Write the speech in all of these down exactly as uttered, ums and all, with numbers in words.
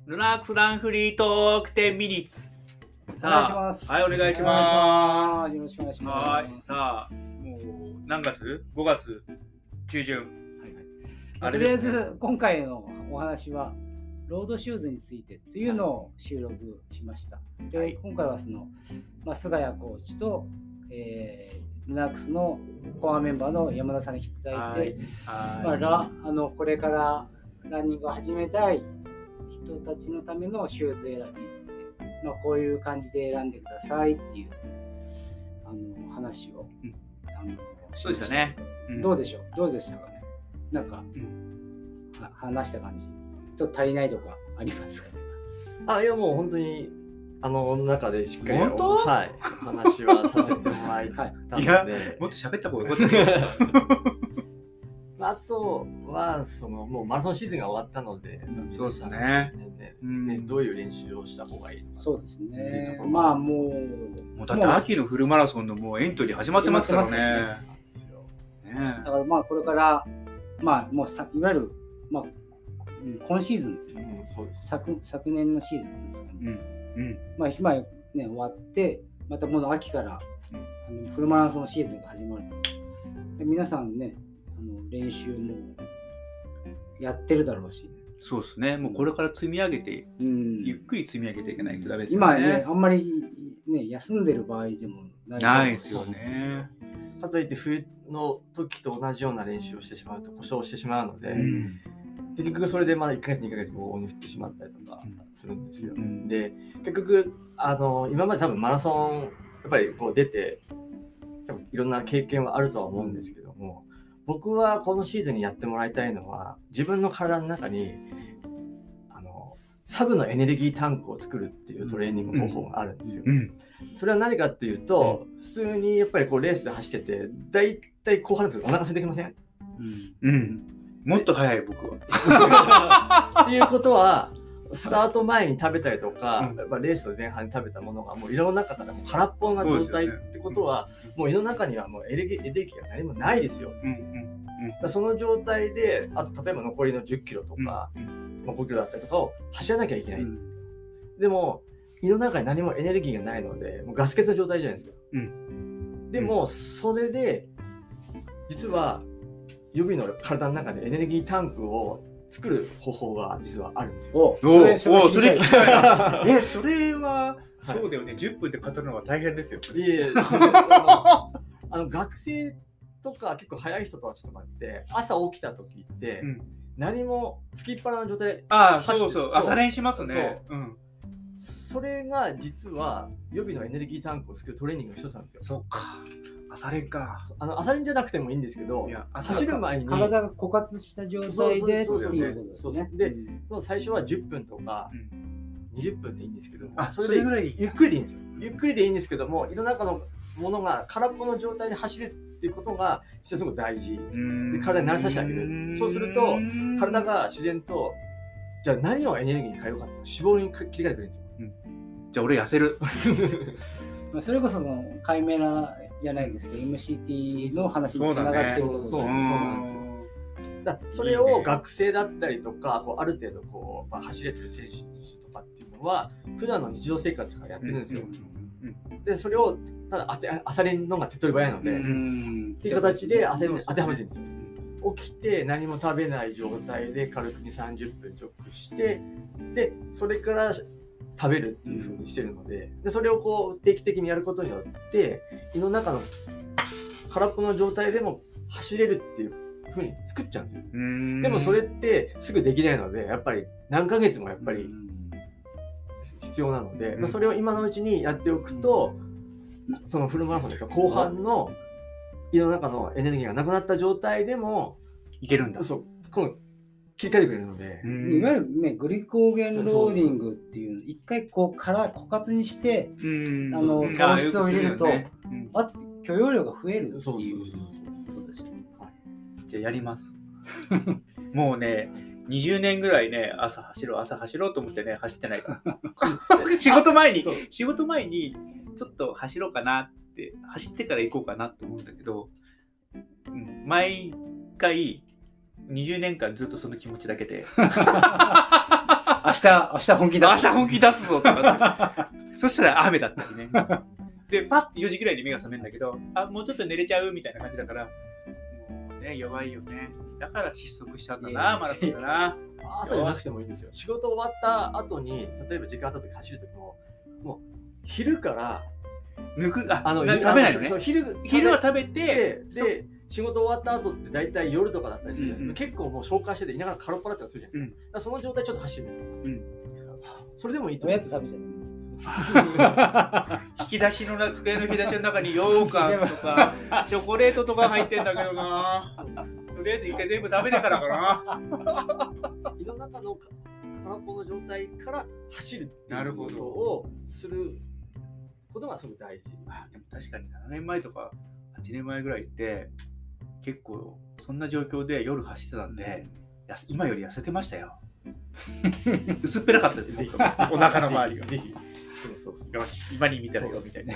ルナックスランフリートークじゅうミニッツ。 お願いします。 はい、お願いします。 よろしくお願いします。 はい、さあ、もう何月 ?ご 月中旬。はいはい、とりあえず今回のお話はロードシューズについてというのを収録しました。で、はい、今回はその、まあ、菅谷コーチと、えー、ルナックスのコアメンバーの山田さんに来ていただいて、はいはい、まあ、ラあのこれからランニングを始めたい人たちのためのシューズ選び、まあ、こういう感じで選んでくださいっていうあの話を、うん、あのそうでしたね、 うん、どうでしょうどうでしたかね。なんか、うん、話した感じちょっと足りないとかありますかね。 あ、いやもう本当にあの中でしっかり本当、 はい、話はさせてもらいたので、はい、いやもっと喋った方がよかったあとはそのもうマラソンシーズンが終わったので、 そうですね。 ね、ね、どういう練習をした方がいいのか。 そうですね。まあもう、 もうだって秋のフルマラソンのもうエントリー始まってますからね。 だからまあこれからまあもうさいわゆるまあ今シーズンっていう、うん、そうです。昨昨年のシーズンっていうんですかね。うんうん、まあ今ね終わってまたもう秋から、うん、あのフルマラソンシーズンが始まる。で皆さんね。あの練習もやってるだろうし、 そうですね。もうこれから積み上げて、うん、ゆっくり積み上げていかないとダメですよね。今ね、あんまりね休んでる場合でもないですよね。 かといって冬の時と同じような練習をしてしまうと故障してしまうので、うん、結局それでまだいっかげつにかげつ後に降ってしまったりとかするんですよ。うん、で、結局あの今まで多分マラソンやっぱりこう出て多分いろんな経験はあるとは思うんですけども。うん、僕はこのシーズンにやってもらいたいのは自分の体の中にあのサブのエネルギータンクを作るっていうトレーニング方法があるんですよ、うんうん、それは何かっていうと、うん、普通にやっぱりこうレースで走っててだいたい後半の時お腹空いてきません？ うん、うん、もっと早い僕はっていうことはスタート前に食べたりとか、うん、やっぱレースの前半に食べたものがもう胃の中からもう空っぽな状態ってことは、ね、もう胃の中にはもうエネルギー、エネルギーが何もないですよ、うんうんうん、その状態であと例えば残りのじゅっキロとか、うんまあ、ごキロだったりとかを走らなきゃいけない、うん、でも胃の中に何もエネルギーがないのでもうガス欠の状態じゃないですか、うん、でもそれで実は予備の体の中でエネルギータンクを作る方法が実はあるんですよ。 おお、それ、それ聞きたいな。え、それは、はい、そうだよね。じゅっぷんで語るのが大変ですよ。 いえいえ、あの、あの学生とか結構早い人たちとかって朝起きた時って、うん、何もつきっぱなの状態でああ、そうそう、朝練しますね。 そう、うん。それが実は予備のエネルギータンクを作るトレーニングの一つなんですよ。 そうか。朝練か。 あの朝練じゃなくてもいいんですけど、いや走る前に体が枯渇した状態でそうそうそうそうそうで、うん、最初はじゅっぷんとか、うん、にじゅっぷんでいいんですけど、 あそれでぐらいゆっくりでいいんですよ。ゆっくりでいいんですけども、胃の中のものが空っぽの状態で走るっていうことが実はすごく大事で、体に慣れさせてあげる。そうすると体が自然とじゃあ何をエネルギーに変えようかって脂肪に切り替えてくれるんですよ。うん、 じゃあ俺痩せる。 それこそのカイメラじゃないですけど エムシーティー の話につながってると、 そうなんですよ。だそれを学生だったりとかこうある程度こう、まあ、走れてる選手とかっていうのは普段の日常生活からやってるんですよ、うんうん、でそれをただ朝練のが手っ取り早いので、うん、っていう形で朝練当てはめてるんですよ。起きて何も食べない状態で軽くにさんじゅっぷんジョグしてでそれから食べるっていう風にしてるので、でそれをこう定期的にやることによって胃の中の空っぽの状態でも走れるっていう風に作っちゃうんですよ。でもそれってすぐできないのでやっぱり何ヶ月もやっぱり必要なので、それを今のうちにやっておくとそのフルマラソンというか後半の胃の中のエネルギーがなくなった状態でもいけるんだ。 そうこの切り替えてくれるので、 いわゆるねグリコーゲンローディングっていうの一回こうから枯渇にしてあの糖質を入れると、ねうん、あ許容量が増えるっていうことですよね。 じゃあやります。もうねにじゅうねんぐらいね朝走ろう朝走ろうと思ってね走ってないから仕事前に仕事前にちょっと走ろうかなって走ってから行こうかなと思うんだけど、うん、毎回にじゅうねんかんずっとその気持ちだけで明日明日本気出す。 明日本気出すぞとかってそしたら雨だったりね。で、パッてよじぐらいに目が覚めるんだけど、あ、もうちょっと寝れちゃうみたいな感じだから、もうね、弱いよね。だから失速しちゃったな、マラソンだな。 朝じゃなくてもいいんですよ。仕事終わった後に、例えば時間あった時走る時も、もう昼から抜く、あ、 あの食べないのね。 そう昼昼は食べて、 で、仕事終わった後って大体夜とかだったりするんですけど、 うんうん、 結構もう消化してて、いながらカロッパラってするじゃないですか。うん、だからその状態ちょっと走る。うん、それでもいいと思う。おやつ食べちゃダメです。 引き出しの机の引き出しの中に羊羹とかチョコレートとか入ってんだけどな。とりあえず一回全部食べてからかな。 胃の中の空っぽの状態から走るっていうことをすることがすごく大事。 あ、でも確かにななねんまえとかはちねんまえぐらいって結構そんな状況で夜走ってたんで、今より痩せてましたよ。薄っぺらかったですよ。お腹の周りが。ぜひ。そうそうそう。よし、今に見たらよみたいな。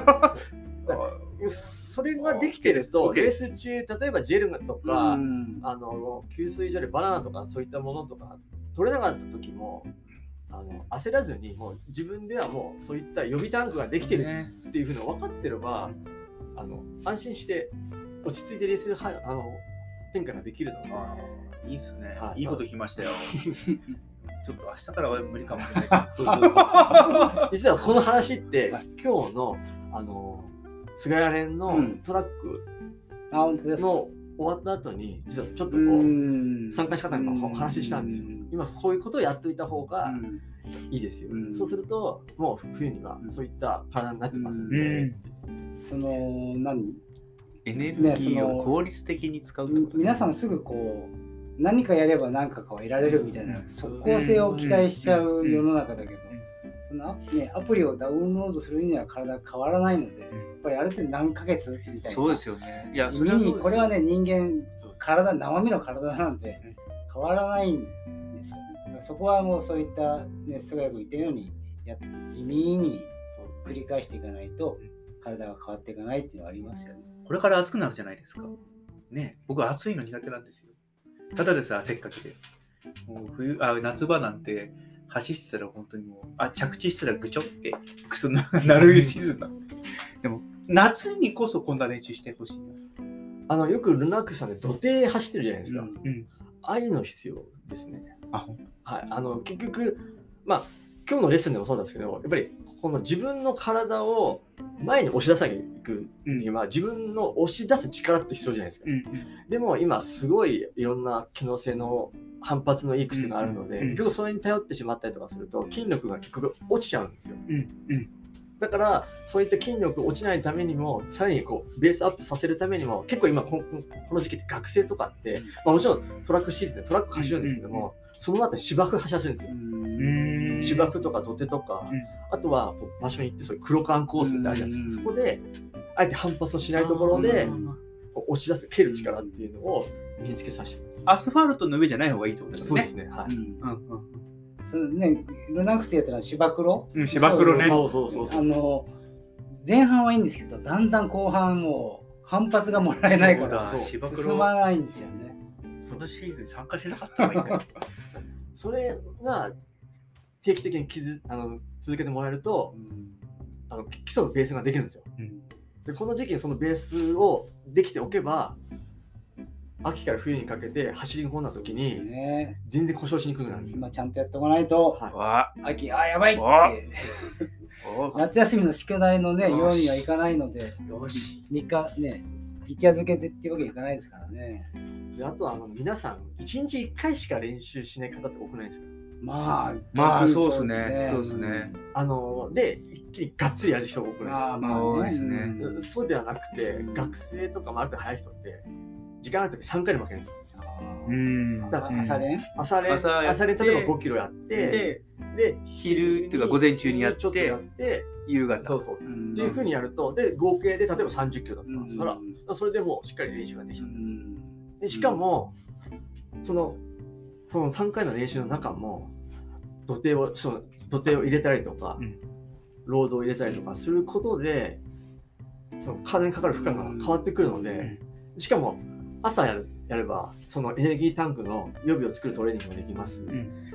それができてると、レース中、例えばジェルとか、あの給水所でバナナとかそういったものとか取れなかった時も、あの焦らずに、もう自分ではもうそういった予備タンクができてるっていうふうに分かってれば、あの安心して落ち着いてレースはあの変化ができるので。 いいですね、はい。いいこと聞きましたよ。ちょっと明日からは無理かもしれないけど。 そうそうそう実はこの話って、はい、今日のあの菅谷連のトラックの終わった後に、実はちょっとこう参加者方にもお話ししたんですよ。今こういうことをやっておいた方がいいですよ。そうするともう冬にはそういった体になってますので。 その何エネルギーを効率的に使うってこと、 ね、皆さんすぐこう何かやれば何かが得られるみたいな即効性を期待しちゃう世の中だけど、そのね、アプリをダウンロードするには体変わらないので、やっぱりある程度何ヶ月みたいな。 そうですよね。いや、 地味にこれはね、人間体生身の体なんで変わらないんですよね。そこはもうそういったね、菅谷君言ったようにや地味に繰り返していかないと体が変わっていかないっていうのはありますよね。 これから暑くなるじゃないですか。ね、僕暑いの苦手なんですよ。ただでさ、汗っかきで。もう冬あ夏場なんて走ってたら本当にもう、あ、着地したらぐちょってくすなるシーズンだ。でも夏にこそこんな練習してほしいな。 あのよくルナックスさんで土手走ってるじゃないですか。うんうん、ああいうの必要ですね。 あ、ほんはい。あの結局まあ今日のレッスンでもそうなんですけど、やっぱりこの自分の体を前に押し出さなきゃいくには、うん、自分の押し出す力って必要じゃないですか。うんうん、でも今すごいいろんな機能性の反発のいい癖があるので、うんうん、結局それに頼ってしまったりとかすると筋力が結局落ちちゃうんですよ。うんうん、だからそういった筋力落ちないためにも、さらにこうベースアップさせるためにも、結構今この、この時期って学生とかって、まあ、もちろんトラックシーズンでトラック走るんですけども、うんうん、その後芝生走るんですよ。芝生とか土手とか、うん、あとはこう場所に行ってそういう黒缶コースってあるじゃないですか。そこであえて反発をしないところで押し出す蹴る力っていうのを身につけさせてます。 アスファルトの上じゃない方がいいってことですね。 そうですね。はい。うんうんうん、 そうね、ルナックスやったら芝黒。 うん、芝黒ね。 そうそうそうそう。 あの前半はいいんですけど、だんだん後半もう反発がもらえないから進まないんですよね。 このシーズンに参加しなかった方がいいですね。 それが定期的にあの続けてもらえると、うん、あの基礎のベースができるんですよ。うん、でこの時期にそのベースをできておけば、秋から冬にかけて走り込んだ時に、ね、全然故障しにくくなるんですよ。 まあ、ちゃんとやっておかないと、はい、秋あやばいって夏休みの宿題のねようにはいかないので、よしみっかね一夜漬けでっていうわけにいかないですからね。 であとはあの皆さんいちにちいっかいしか練習しない方って多くないですか？ まあ、 まあそうですね。そうですね。 あので一気にがっつりやる人が多くないですか？ あまあ多いですね。 そうではなくて、学生とかもある程度早い人って時間あるときさんかいで分けるんですよ。 うん。だから朝練？ 朝練朝練例えばごキロやってで昼っていうか午前中にやってちょっとやって夕方そうそうっていう風にやると、で合計で例えばさんじゅっキロだったんですから、それでもうしっかり練習ができた。でしかもそのそのさんかいの練習の中も土手をその土手を入れたりとか、うん、ロードを入れたりとかすることでその体にかかる負荷が変わってくるので、うん、しかも朝やるやればそのエネルギータンクの予備を作るトレーニングもできます、うん、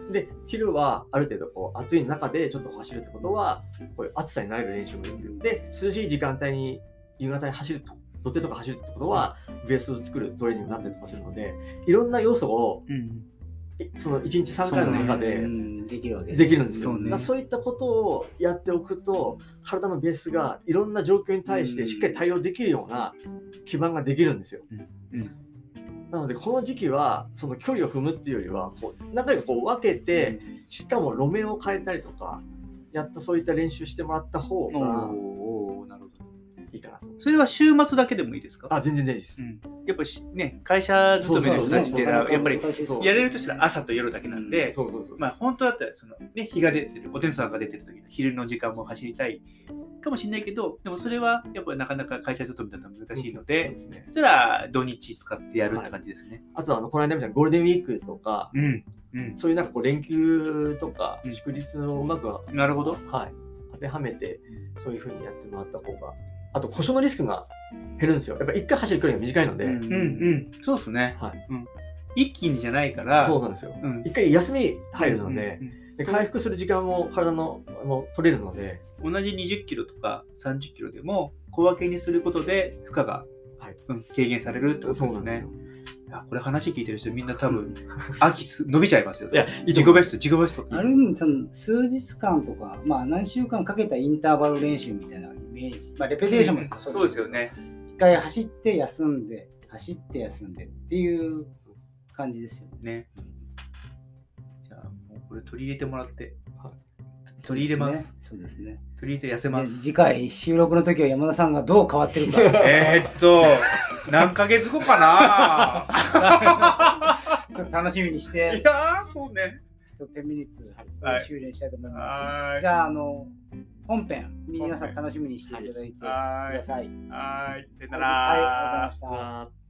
で昼はある程度こう暑い中でちょっと走るってことはこういう暑さに慣れる練習もできる。で涼しい時間帯に夕方に走ると土手とか走るってことはベースを作るトレーニングになったりとかするので、いろんな要素を、うん、そのいちにちさんかいの中でできるわけできるんですよ。そうね、そういったことをやっておくと体のベースがいろんな状況に対してしっかり対応できるような基盤ができるんですよ。うんうん、なのでこの時期はその距離を踏むっていうよりはこう何回かこう分けて、しかも路面を変えたりとかやったそういった練習してもらった方がいいかなと。 それは週末だけでもいいですか？ あ、全然大事です。うん、 やっぱりね、会社勤めの人たちっていうのはやっぱりやれるとしたら朝と夜だけなんで、まあ本当だったらそのね、日が出てる、お天さんが出てる時の昼の時間も走りたいかもしれないけど、でもそれはやっぱりなかなか会社勤めだと難しいので、そしたら土日使ってやるって感じですね。 はい、あとはあのこの間みたいなゴールデンウィークとか、うんうん、そういうなんかこう連休とか祝日のうまくは、 うん、なるほど、 はい、当てはめてそういう風にやってもらった方が。あと故障のリスクが減るんですよ。やっぱ一回走る距離が短いので。うんうん、そうですね。はい。うん、一気にじゃないから。 そうなんですよ。うん、一回休み入るので、うんうんうん、で回復する時間も体のあの取れるので。 同じにじゅっキロとかさんじゅっキロでも小分けにすることで負荷が、はいうん、軽減されるってことですね。そうなんですよ。いやこれ話聞いてる人みんな多分秋伸びちゃいますよ。いや自己ベスト自己ベスト。 ある意味その数日間とかまあ何週間かけたインターバル練習みたいなイメージ。まあレペテーションもそうです、 そうですよね。 一回走って休んで走って休んでっていう感じですよね。 じゃあもうこれ取り入れてもらって。はい、取り入れます。 そうですね。 取り入れて痩せます。 次回収録の時は山田さんがどう変わってるか。 えーっと何ヶ月後かな。 ちょっと楽しみにして。 いやーそうね。 ちょっとじゅうミニッツ終了したいと思います。じゃああの本編皆さん楽しみにしていただいてください。 はい。さよなら。 はい、ありがとうございました。